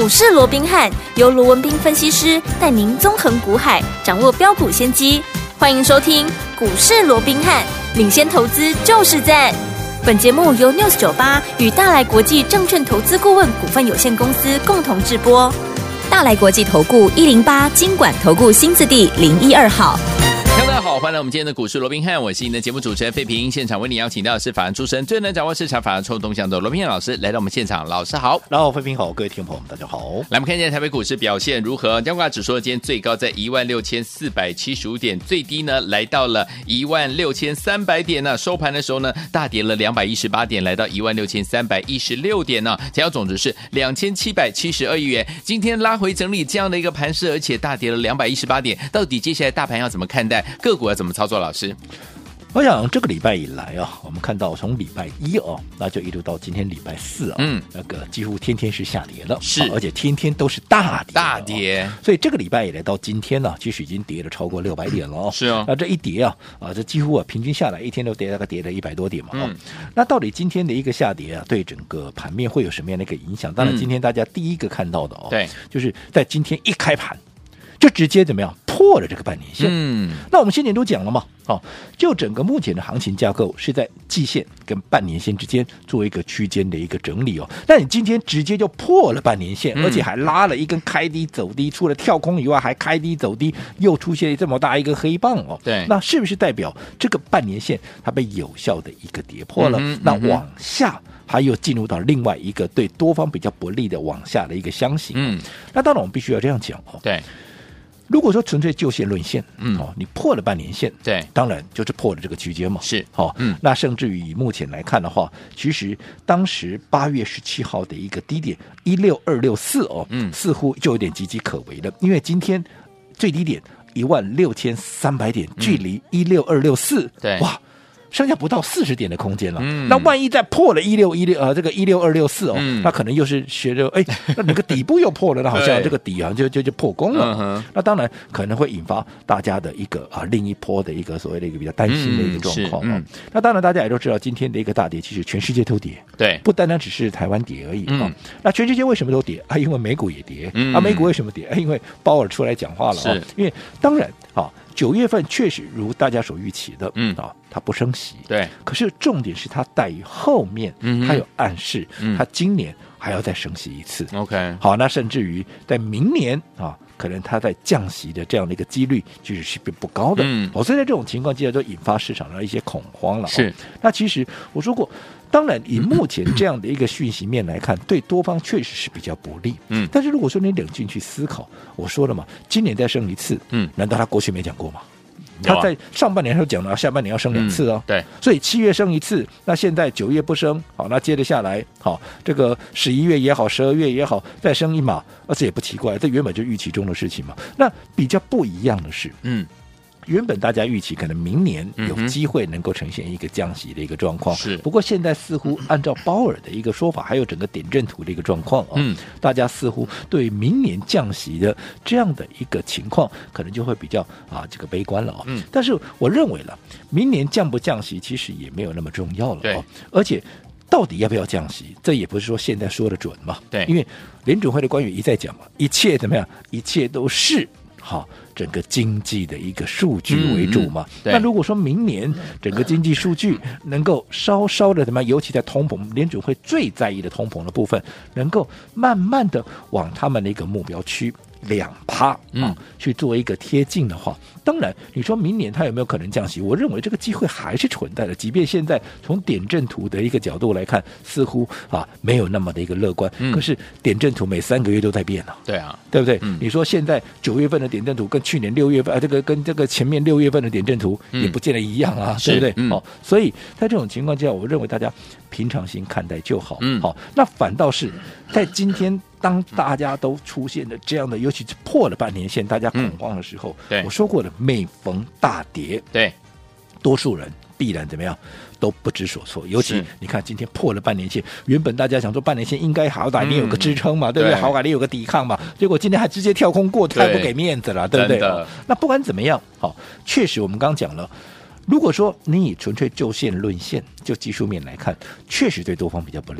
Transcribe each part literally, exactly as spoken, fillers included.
股市罗宾汉由罗文彬分析师带您纵横股海，掌握标股先机。欢迎收听股市罗宾汉，领先投资就是赞。本节目由 News 九十八与大来国际证券投资顾问股份有限公司共同制播。大来国际投顾一零八金管投顾新字第零一二号。 大家好，欢迎来我们今天的股市罗宾汉，我是您的节目主持人费平。现场为您邀请到的是法案出身、最能掌握市场法案臭动向的罗宾汉老师来到我们现场。老师好。 然后费平好，各位听众朋友们大家好。 来，我们看一下台北股市表现如何？加权指数今天最高在一万六千四百七十五点，最低呢来到了一万六千三百点呢。收盘的时候呢，大跌了两百一十八点，来到一万六千三百一十六点呢。成交总值是两千七百七十二亿元。今天拉回整理这样的一个盘势，而且大跌了两百一十八点，到底接下来大盘要怎么看待？个股要怎么操作？老师， 我想这个礼拜以来啊，我们看到从礼拜一哦，那就一路到今天礼拜四啊，嗯，那个几乎天天是下跌了， 是， 而且天天都是大跌， 大跌、哦。 所以这个礼拜以来到今天呢、啊，其实已经跌了超过六百点了哦。 是啊， 那这一跌啊，啊，这几乎啊平均下来一天都跌大概跌了一百多点嘛。哦、 嗯， 那到底今天的一个下跌啊，对整个盘面会有什么样的一个影响？当然，今天大家第一个看到的哦，对、嗯，就是在今天一开盘就直接怎么样破了这个半年线。嗯，那我们先前都讲了嘛。哦，就整个目前的行情架构是在季线跟半年线之间做一个区间的一个整理哦。那你今天直接就破了半年线，嗯、而且还拉了一根开低走低，除了跳空以外，还开低走低，又出现这么大一个黑棒哦。 对， 那是不是代表这个半年线它被有效的一个跌破了？嗯、那往下还有进入到另外一个对多方比较不利的往下的一个箱型。嗯，那当然我们必须要这样讲哦。 对。 如果说纯粹就线论线，嗯，哦，你破了半年线， 对， 当然就是破了这个区间嘛， 是， 哦，嗯，那甚至于以目前来看的话，其实当时八月十七号的一个低点一六二六四哦，嗯，似乎就有点岌岌可危了，因为今天最低点一万六千三百点，距离一六二六四， 对， 哇。剩下不到四十点的空间了，嗯、那万一再破了一六一六呃这个一六二六四哦，嗯、那可能又是学着哎，那你个底部又破了，那好像这个底啊就就就破功了。嗯、那当然可能会引发大家的一个啊另一波的一个所谓的一个比较担心的一个状况、嗯嗯、那当然大家也都知道，今天的一个大跌，其实全世界都跌， 对， 不单单只是台湾跌而已啊、嗯。那全世界为什么都跌啊？因为美股也跌、嗯、啊。美股为什么跌？因为鲍尔出来讲话了啊。因为当然啊。九月份确实如大家所预期的，嗯啊，它不升息， 对。 可是重点是它在于后面，嗯，它有暗示，嗯，它今年还要再升息一次 ，OK。 好，那甚至于在明年啊，可能它在降息的这样的一个几率就是是不高的，嗯。哦，所以在这种情况之下，就引发市场的一些恐慌了。 是。 哦、那其实我说过。当然，以目前这样的一个讯息面来看，对多方确实是比较不利。嗯，但是如果说你冷静去思考，我说了嘛，今年再升一次，嗯，难道他过去没讲过吗？他在上半年的时候讲了，下半年要升两次哦、嗯。对，所以七月升一次，那现在九月不升，好，那接着下来，好，这个十一月也好，十二月也好，再升一码，而这也不奇怪，这原本就预期中的事情嘛。那比较不一样的是，嗯。原本大家预期可能明年有机会能够呈现一个降息的一个状况，是、嗯。不过现在似乎按照鲍尔的一个说法，还有整个点阵图的一个状况啊、哦，嗯，大家似乎对明年降息的这样的一个情况，可能就会比较啊这个悲观了啊、哦。嗯。但是我认为了，明年降不降息其实也没有那么重要了哦，而且到底要不要降息，这也不是说现在说的准嘛，对，因为联准会的官员一再讲嘛，一切怎么样，一切都是。好，整个经济的一个数据为主嘛。嗯、那如果说明年整个经济数据能够稍稍的怎么样，尤其在通膨，联准会最在意的通膨的部分，能够慢慢的往他们的一个目标区两趴啊去做一个贴近的话，当然你说明年它有没有可能降息？我认为这个机会还是存在的，即便现在从点阵图的一个角度来看，似乎啊没有那么的一个乐观。嗯、可是点阵图每三个月都在变了， 对啊， 对不对？嗯、你说现在九月份的点阵图跟去年六月份啊，这个跟这个前面六月份的点阵图也不见得一样啊，嗯、对不对？嗯、哦，所以在这种情况之下，我认为大家平常心看待就好。嗯，好、哦，那反倒是在今天。当大家都出现了这样的，尤其是破了半年线，大家恐慌的时候，嗯、我说过了，每逢大跌， 对， 多数人必然怎么样都不知所措。尤其你看今天破了半年线，原本大家想说半年线应该好歹你有个支撑嘛，嗯、对不对？好歹你有个抵抗嘛，结果今天还直接跳空过，太不给面子了，对不对？哦、那不管怎么样，好、哦，确实我们刚刚讲了。如果说你以纯粹就线论线，就技术面来看，确实对多方比较不利。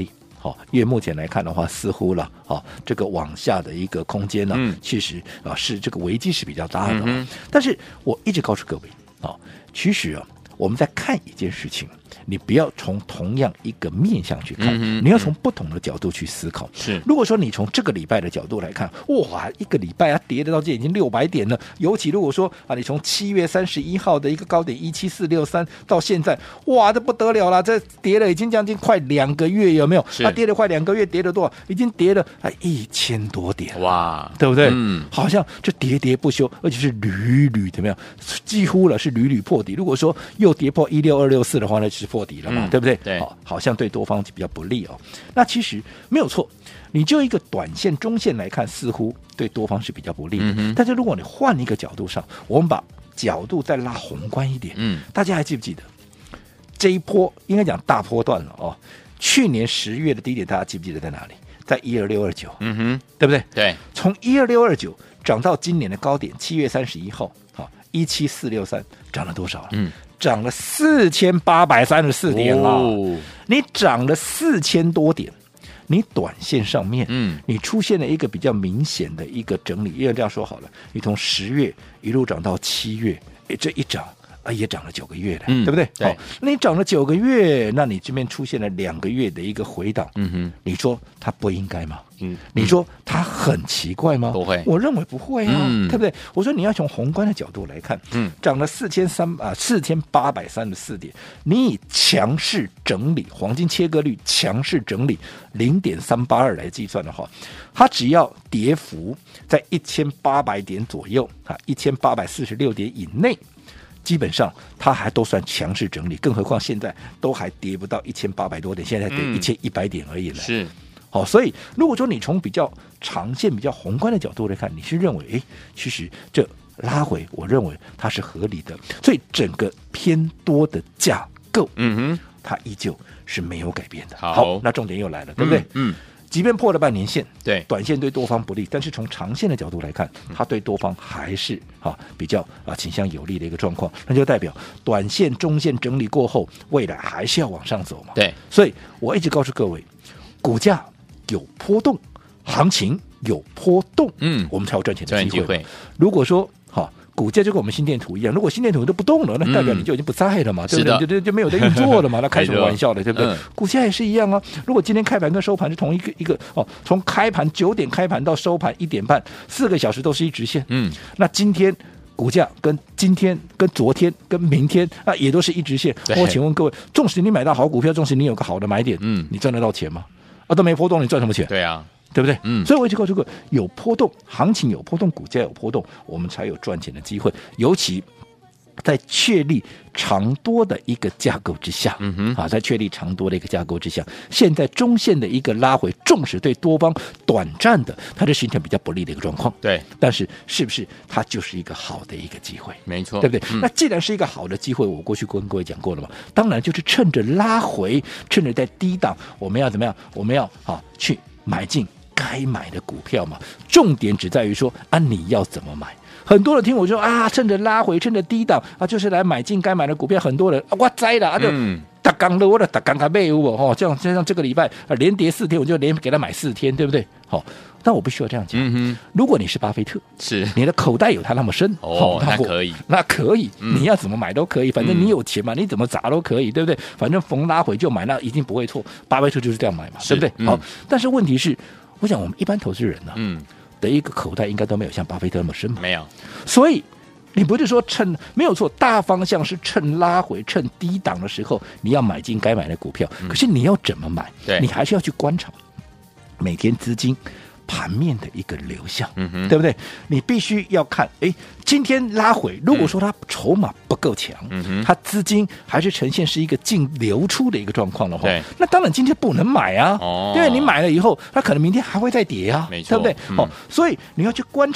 好，因为目前来看的话，似乎了，好，这个往下的一个空间呢， 嗯、 其实啊是这个危机是比较大的、 嗯。 但是我一直告诉各位啊，其实啊，我们在看一件事情，你不要从同样一个面向去看， 嗯、 你要从不同的角度去思考。 是， 如果说你从这个礼拜的角度来看，哇，一个礼拜啊跌得到这已经六百点了。尤其如果说啊，你从七月三十一号的一个高点一七四六三到现在，哇，这不得了了，这跌了已经将近快两个月，有没有？它、啊、跌了快两个月，跌了多少？已经跌了啊一千多点， 哇， 对不对？ 嗯， 好像就喋喋不休，而且是屡屡怎么样？几乎了是屡屡破底。如果说又跌破一六二六四的话，那就是破底了嘛，嗯、对不对？ 对， 好，好像对多方比较不利哦。那其实没有错，你就一个短线、中线来看，似乎对多方是比较不利的。嗯、但是如果你换一个角度上，我们把角度再拉宏观一点，嗯，大家还记不记得这一波应该讲大波段了哦？去年十月的低点，大家记不记得在哪里？在一二六二九， 嗯哼， 对不对？ 对， 从一二六二九涨到今年的高点，七月三十一号，好，一七四六三，涨了多少了？嗯。涨了四千八百三十四点啊、哦！你涨了四千多点，你短线上面，嗯，你出现了一个比较明显的一个整理。因为这样说好了，你从十月一路涨到七月，哎，这一涨啊也涨了九个月了，嗯、对不对？ 对， 好，那你涨了九个月，那你这边出现了两个月的一个回档，嗯哼，你说它不应该吗？嗯，你说它很奇怪吗？ 不会， 我认为不会啊， 嗯、 对不对？我说你要从宏观的角度来看，嗯，涨了四千三啊四千八百三十四点，你以强势整理黄金切割率强势整理零点三八二来计算的话，它只要跌幅在一千八百点左右啊，一千八百四十六点以内。基本上它还都算强势整理，更何况现在都还跌不到一千八百多点，现在跌一千一百点而已了。 是， 好，所以如果说你从比较长线、比较宏观的角度来看，你是认为，哎，其实这拉回，我认为它是合理的，所以整个偏多的架构，嗯哼，它依旧是没有改变的。 好， 好，那重点又来了，对不对？嗯。嗯即便破了半年线， 对短线对多方不利，但是从长线的角度来看，它对多方还是啊比较啊倾向有利的一个状况，那就代表短线、中线整理过后，未来还是要往上走嘛。 对， 所以我一直告诉各位，股价有波动，行情有波动，嗯，我们才有赚钱的机会。 会如果说好。股价就跟我们心电图一样，如果心电图都不动了，那代表你就已经不在了嘛，嗯、对不对？就就就没有在运作了嘛，那开什么玩笑的，对不对？嗯、股价也是一样啊。如果今天开盘跟收盘是同一个一个哦，从开盘九点开盘到收盘一点半，四个小时都是一直线。嗯，那今天股价跟今天、跟昨天、跟明天啊，也都是一直线。我请问各位，纵使你买到好股票，纵使你有个好的买点，嗯，你赚得到钱吗？啊，都没波动，你赚什么钱？ 对啊。 对不对？ 嗯， 所以我一直告诉各位，有波动，行情有波动，股价有波动，我们才有赚钱的机会。尤其在确立长多的一个架构之下，嗯哼，啊，在确立长多的一个架构之下，现在中线的一个拉回，纵使对多方短暂的，它就形成比较不利的一个状况。 对， 但是是不是它就是一个好的一个机会？ 没错， 对不对？嗯、那既然是一个好的机会，我过去跟各位讲过了嘛，当然就是趁着拉回，趁着在低档，我们要怎么样？我们要啊去买进该买的股票嘛，重点只在于说啊，你要怎么买？很多人听我说啊，趁着拉回，趁着低档啊，就是来买进该买的股票。很多人、啊、我栽了啊，就打刚了，我的打刚才卖我哦，这样就像这个礼拜啊，连跌四天，我就连给他买四天，对不对？好、哦，但我不需要这样讲。嗯、如果你是巴菲特， 是你的口袋有他那么深， 哦， 那那可以， 那可以， 嗯、 你要怎么买都可以，反正你有钱嘛，嗯、你怎么砸都可以，对不对？反正逢拉回就买，那一定不会错。巴菲特就是这样买嘛，对不对？嗯、好，但是问题是。我想我们一般投资人呢、啊，嗯，的一个口袋应该都没有像巴菲特那么深嘛， 没有， 所以你不是说趁没有错，大方向是趁拉回、趁低档的时候你要买进该买的股票，嗯、可是你要怎么买？ 对， 你还是要去观察每天资金盘面的一个流向， 嗯哼， 对不对？你必须要看，哎，今天拉回，如果说它筹码不够强，嗯哼，它资金还是呈现是一个净流出的一个状况的话， 对， 那当然今天不能买啊，哦，对，你买了以后，它可能明天还会再跌啊， 没错， 对不对？ 嗯、 哦，所以你要去观察。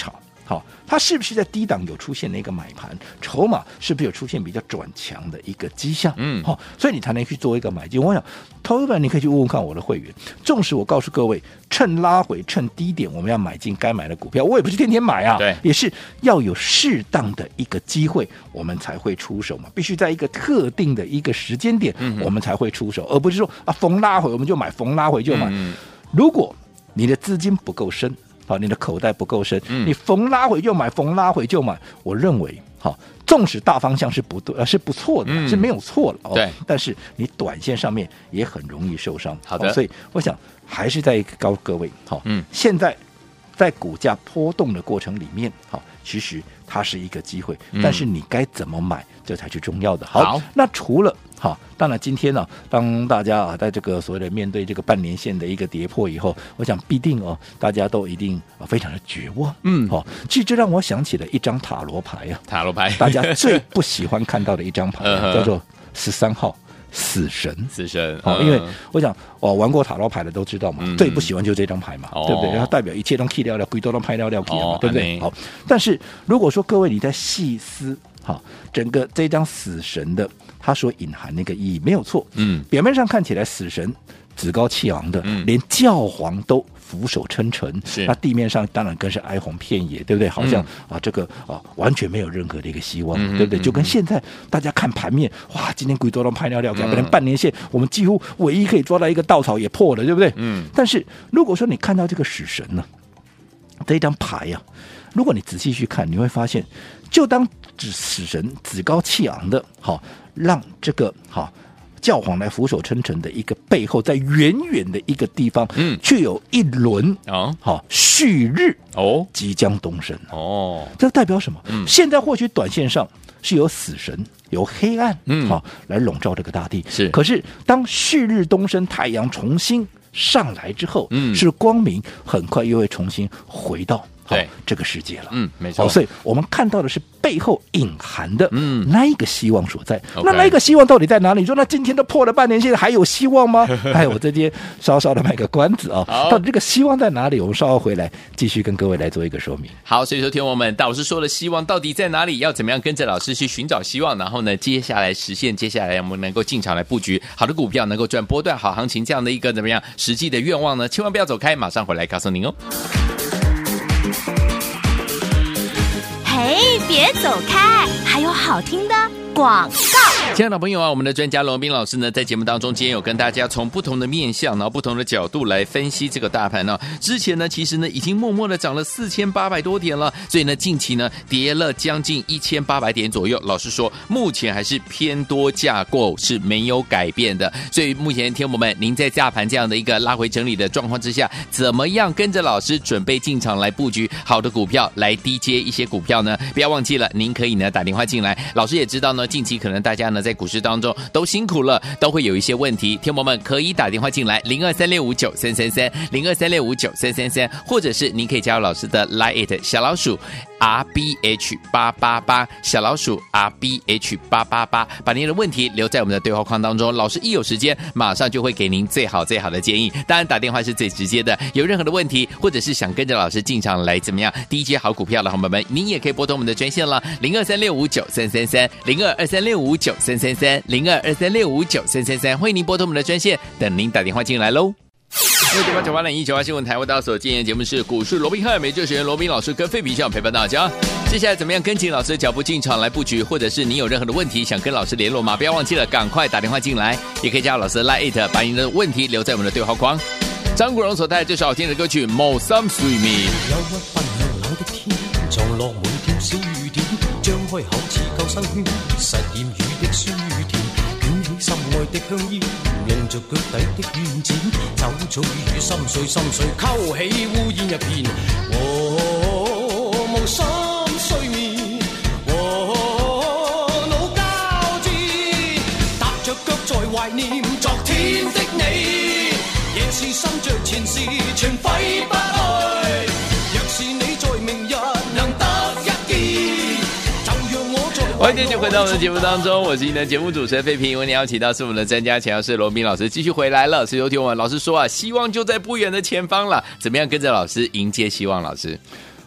好，它是不是在低档有出现了一个买盘，筹码是不是有出现比较转强的一个迹象？嗯，好，所以你才能去做一个买进。我想，投资者你可以去问问看我的会员，纵使我告诉各位，趁拉回、趁低点我们要买进该买的股票，我也不是天天买啊， 对， 也是要有适当的一个机会，我们才会出手嘛，必须在一个特定的一个时间点，嗯、我们才会出手，而不是说啊逢拉回我们就买，逢拉回就买。嗯、如果你的资金不够深，好，你的口袋不够深，嗯、你逢拉回就买，逢拉回就买，我认为，好，纵使大方向是不对，呃，是不错的，嗯、是没有错了，哦， 对， 但是你短线上面也很容易受伤。 好的， 哦，所以我想还是在告各位，好，嗯，现在在股价波动的过程里面，好，其实它是一个机会，嗯、但是你该怎么买，这才是重要的。好，好，那除了好，当然今天呢，啊，当大家啊在这个所谓的面对这个半年线的一个跌破以后，我想必定哦，大家都一定啊非常的绝望。嗯，好，其实这让我想起了一张塔罗牌啊， 塔罗牌， 大家最不喜欢看到的一张牌，啊，叫做十三号。死神， 死神， 哦，嗯、因为我想，哦，玩过塔罗牌的都知道嘛，嗯、最不喜欢就是这张牌嘛，哦、对不对？它代表一切都 key 掉了，鬼都都拍掉掉 key 了嘛，哦、对不对？好，但是如果说各位你在细思，好，整个这张死神的它所隐含的一个意义没有错，嗯，表面上看起来死神趾高气昂的，嗯、连教皇都俯首称臣，那地面上当然更是哀鸿遍野，对不对？好像、嗯、啊，这个啊完全没有任何的一个希望，嗯、对不对？就跟现在大家看盘面，哇，今天贵州都拍尿尿，可能半年线我们几乎唯一可以抓到一个稻草也破了，对不对？嗯。但是如果说你看到这个死神呢，这一张牌呀，啊，如果你仔细去看，你会发现，就当死神趾高气昂的，好让这个好。教皇来俯首称臣的一个背后，在远远的一个地方，嗯，却有一轮啊，好旭日哦，即将东升哦，这代表什么？嗯，现在或许短线上是有死神、有黑暗，嗯，好来笼罩这个大地，是。可是当旭日东升，太阳重新上来之后，嗯，是光明很快又会重新回到。对这个世界了，嗯，没错，所以我们看到的是背后隐含的，嗯，那一个希望所在。嗯、那那一个希望到底在哪里？你说那今天都破了半年线，还有希望吗？哎，我这边稍稍的卖个关子啊，到底这个希望在哪里？我们稍后回来继续跟各位来做一个说明。 好，所以说听我们老师说的希望到底在哪里？要怎么样跟着老师去寻找希望？然后呢，接下来实现，接下来我们能够进场来布局好的股票，能够赚波段好行情这样的一个怎么样实际的愿望呢？千万不要走开，马上回来告诉您哦。 嘿，别走开，还有好听的广告。 亲爱的朋友啊，我们的专家罗宾老师呢，在节目当中今天有跟大家从不同的面向，然后不同的角度来分析这个大盘呢。之前呢，其实呢已经默默的涨了四千八百多点了，所以呢近期呢跌了将近一千八百点左右。老实说，目前还是偏多架构是没有改变的。所以目前听众们，您在大盘这样的一个拉回整理的状况之下，怎么样跟着老师准备进场来布局好的股票，来低接一些股票呢？不要忘记了，您可以呢打电话进来。老师也知道呢，近期可能大家呢在股市当中都辛苦了，都会有一些问题，听众们可以打电话进来零二三六五九三三三 零二三六五九三三三，或者是您可以加入老师的 Line 小老鼠 R B H 八八八 小老鼠 R B H 八八八，把您的问题留在我们的对话框当中，老师一有时间马上就会给您最好最好的建议。当然打电话是最直接的，有任何的问题或者是想跟着老师进场来怎么样低接好股票的好朋友们，您也可以拨通我们的专线了零二三六五九三三三 零二二三六五九三三三 零二二三六五九三三三，欢迎您拨通我们的专线，等您打电话进来喽。六九八九八零一九八新闻台，为大家所今天的节目是股市罗宾汉，每周学员罗宾老师跟费比相陪伴大家。接下来怎么样跟紧老师的脚步进场来布局，或者是你有任何的问题想跟老师联络吗？不要忘记了，赶快打电话进来，也可以加入老师的 Line， 把您的問題留在我們的對話框。張國榮所帶來最好聽的歌曲《無心睡眠》。 憂鬱奔向冷的天，撞落滿條小雨點，張開口似救生圈，實驗雨的酸甜，捲起心愛的香煙，望着腳底的軟剪，走早與心碎心碎，勾起烏煙一片。哦，無心睡眠，哦，腦交戰，踏着腳在懷念昨天的你，夜是心着前事全揮不去，若是你在明日能得一見，就讓我在歡迎繼續回到我們的節目當中，我是你的節目主持人費平，為你邀請到是我們的專家強勢羅賓老師繼續回來了。所以有聽我們老師說啊，希望就在不遠的前方了，怎麼樣跟着老師迎接希望？老師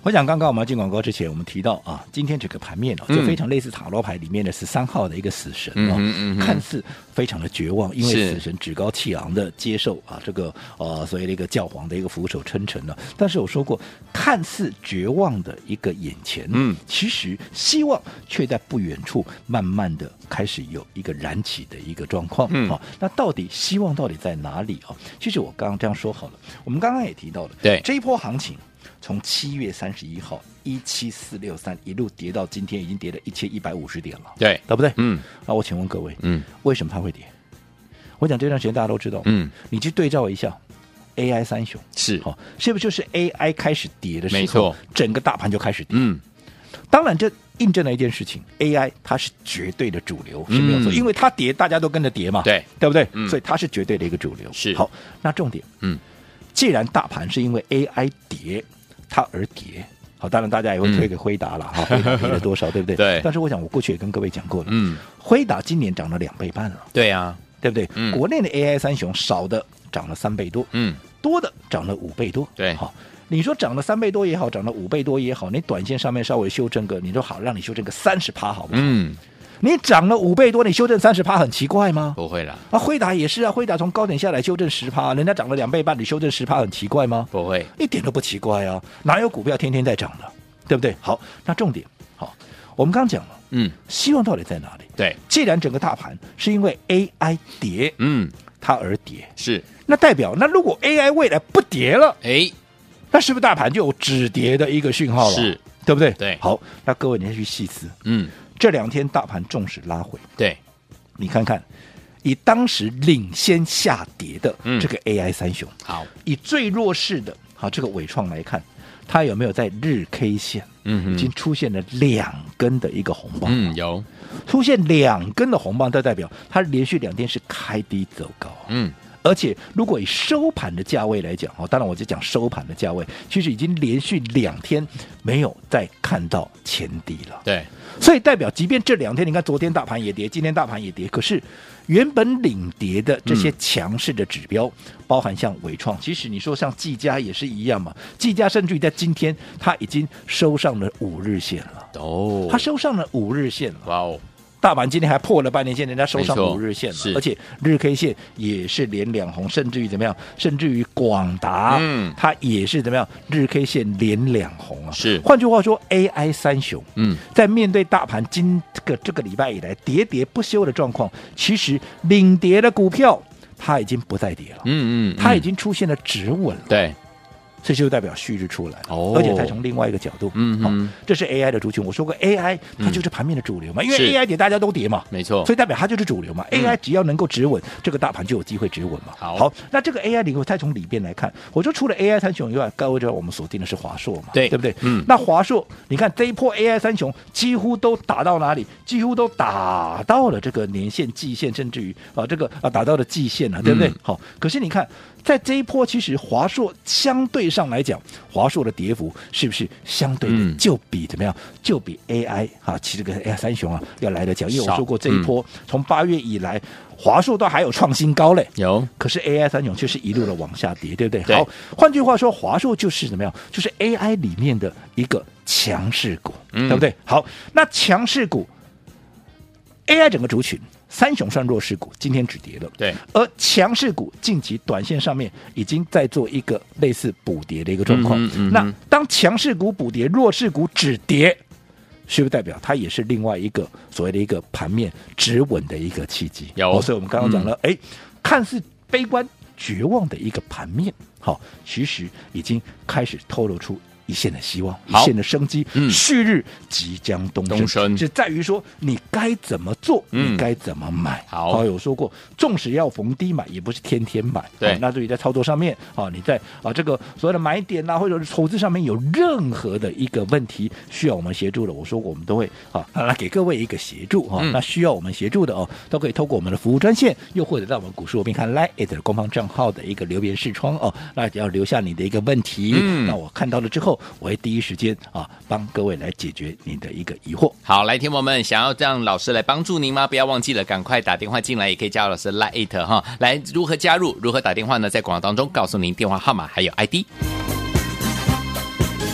我想刚刚我们要进广告之前，我们提到啊，今天整个盘面哦，就非常类似塔罗牌里面的十三号的一个死神哦，嗯嗯嗯、看似非常的绝望，因为死神趾高气昂的接受啊这个呃所谓的一个教皇的一个俯首称臣了。但是我说过，看似绝望的一个眼前，嗯，其实希望却在不远处慢慢的开始有一个燃起的一个状况。嗯，好、哦，那到底希望到底在哪里啊、哦？其实我刚刚这样说好了，我们刚刚也提到了， 对这一波行情。从七月三十一号一七四六三一路跌到今天，已经跌了一千一百五十点了， 对， 对不对？ 嗯， 那我请问各位， 嗯， 为什么它会跌？我讲这段时间大家都知道，嗯，你去对照一下 A I 三雄， 是， 好、哦，是不是就是 A I 开始跌的时候， 没错， 整个大盘就开始跌？ 嗯， 当然这印证了一件事情 ，A I 它是绝对的主流，是没有错，嗯、因为它跌，大家都跟着跌嘛， 对， 对不对？ 嗯、 所以它是绝对的一个主流。 是， 好，那重点，嗯，既然大盘是因为 A I 跌。它而跌，好，当然大家也会推给辉达了，哈、嗯，辉达跌了多少，对不对？ 对。 但是我想，我过去也跟各位讲过了， 嗯， 辉达今年涨了两倍半了， 对啊， 对不对？ 嗯， 国内的 A I 三雄少的涨了三倍多，嗯，多的涨了五倍多， 对， 好，你说涨了三倍多也好，涨了五倍多也好，你短线上面稍微修正个，你说好，让你修正个三十趴，好不好？嗯。你涨了五倍多，你修正三十趴很奇怪吗？ 不会啦。 啊，辉达也是啊，辉达从高点下来修正十趴，人家涨了两倍半，你修正十趴很奇怪吗？ 不会， 一点都不奇怪啊，哪有股票天天在涨的，对不对？好，那重点，好，我们刚讲了，嗯，希望到底在哪里？ 对， 既然整个大盘是因为 A I 跌，嗯，它而跌， 是， 那代表那如果 A I 未来不跌了， 哎， 那是不是大盘就有止跌的一个讯号了？ 是， 对不对？ 对， 好，那各位你要去细思，嗯。这两天大盘纵使拉回， 对， 你看看，以当时领先下跌的这个 A I 三雄， 嗯、好， 以最弱势的好这个伟创来看，它有没有在日 K 线，嗯，已经出现了两根的一个红棒， 嗯，有出现两根的红棒，这代表它连续两天是开低走高，嗯。而且，如果以收盘的价位来讲，哦，当然我就讲收盘的价位，其实已经连续两天没有再看到前低了。 对， 所以代表，即便这两天，你看昨天大盘也跌，今天大盘也跌，可是原本领跌的这些强势的指标，嗯、包含像伟创，其实你说像技嘉也是一样嘛，技嘉甚至于在今天，它已经收上了五日线了。哦，它收上了五日线了。哇哦！大盘今天还破了半年线，人家收上五日线了，而且日 K 线也是连两红，甚至于怎么样？甚至于广达，嗯，它也是怎么样？日 K 线连两红啊！ 是， 换句话说 ，A I 三雄，嗯，在面对大盘今这个这个礼拜以来喋喋不休的状况，其实领跌的股票它已经不再跌了，嗯 嗯, 嗯，它已经出现了止稳了， 对。 这就代表旭日出来，哦，而且再从另外一个角度，嗯、哦，这是 A I 的族群。我说过 A I 它就是盘面的主流嘛，嗯、因为 A I 跌大家都跌嘛， 没错， 所以代表它就是主流嘛。嗯、A I 只要能够止稳，这个大盘就有机会止稳嘛。 好， 好，那这个 A I 领域再从里边来看，我说除了 A I 三雄以外，各位知道我们锁定的是华硕嘛， 对对不对？ 嗯， 那华硕，你看这一波 A I 三雄几乎都打到哪里？几乎都打到了这个年线、季线，甚至于啊这个啊打到了季线了，对不对？嗯、好，可是你看。在这一波，其实华硕相对上来讲，华硕的跌幅是不是相对的就比怎么样？嗯、就比 A I 啊，其实这个 A I 三雄啊要来得强。因为我说过这一波、嗯、从八月以来，华硕都还有创新高嘞， 有。 可是 A I 三雄却是一路的往下跌，对不对？对。好，换句话说，华硕就是怎么样？就是 A I 里面的一个强势股，嗯、对不对？好，那强势股 A I 整个族群。三雄算弱势股，今天止跌了。 对， 而强势股近期短线上面已经在做一个类似补跌的一个状况。嗯嗯嗯、那当强势股补跌，弱势股止跌，是不是代表它也是另外一个所谓的一个盘面止稳的一个契机？ 有， 哦、所以我们刚刚讲了，哎、嗯，看似悲观绝望的一个盘面，好，其实已经开始透露出一线的希望，一线的生机，嗯、旭日即将东升， 东升是在于说你该怎么做，嗯、你该怎么买。 好， 好有说过，纵使要逢低买，也不是天天买。 对， 那对于在操作上面，啊，你在啊这个所谓的买点啊，或者是投资上面有任何的一个问题需要我们协助的，我说我们都会啊来给各位一个协助啊。嗯、那需要我们协助的哦，都可以透过我们的服务专线，又或者在我们股市罗宾汉 Line 的官方账号的一个留言视窗哦，那只要留下你的一个问题，嗯、那我看到了之后。我会第一时间啊，帮各位来解决您的一个疑惑。 好，来，听众们，想要让老师来帮助您吗？不要忘记了，赶快打电话进来，也可以加老师 Line 哈。来，如何加入？如何打电话呢？在广告当中告诉您电话号码还有 I D。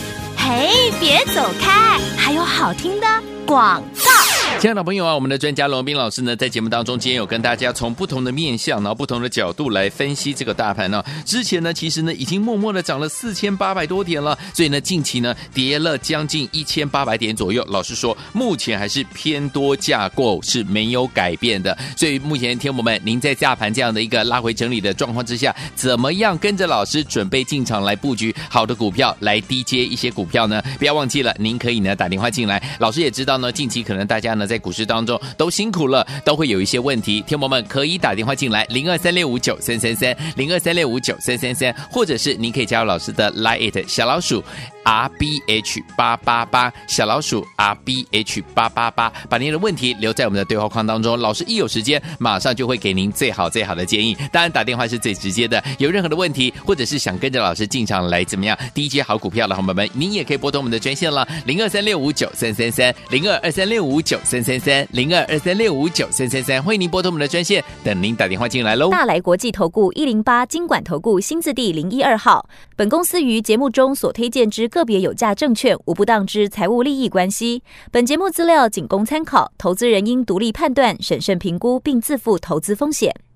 嘿，别走开，还有好听的广告。 亲爱的朋友啊，我们的专家罗文彬老师呢，在节目当中今天有跟大家从不同的面向，然后不同的角度来分析这个大盘呢。之前呢，其实呢已经默默的涨了四千八百多点了，所以呢近期呢跌了将近一千八百点左右。老实说，目前还是偏多架构是没有改变的。所以目前天友们，您在大盘这样的一个拉回整理的状况之下，怎么样跟着老师准备进场来布局好的股票，来低接一些股票呢？不要忘记了，您可以呢打电话进来。老师也知道呢，近期可能大家呢在股市当中都辛苦了，都会有一些问题，天友们可以打电话进来零二三六五九三三三 零二三六五九三三三，或者是您可以加入老师的 Line 小老鼠 R B H 八八八 小老鼠 R B H 八八八，把您的问题留在我们的对话框当中，老师一有时间马上就会给您最好最好的建议。当然打电话是最直接的，有任何的问题或者是想跟着老师进场来怎么样低接好股票的伙伴们，您也可以拨通我们的专线了零二三六五九三三三 零二二三六五九三三三 零二二三六五九三三三，欢迎您拨通我们的专线，等您打电话进来喽。 大来国际投顾一零八金管投顾新字第零一二号，本公司于节目中所推荐之个别有价证券无不当之财务利益关系，本节目资料仅供参考，投资人应独立判断、审慎评估并自负投资风险。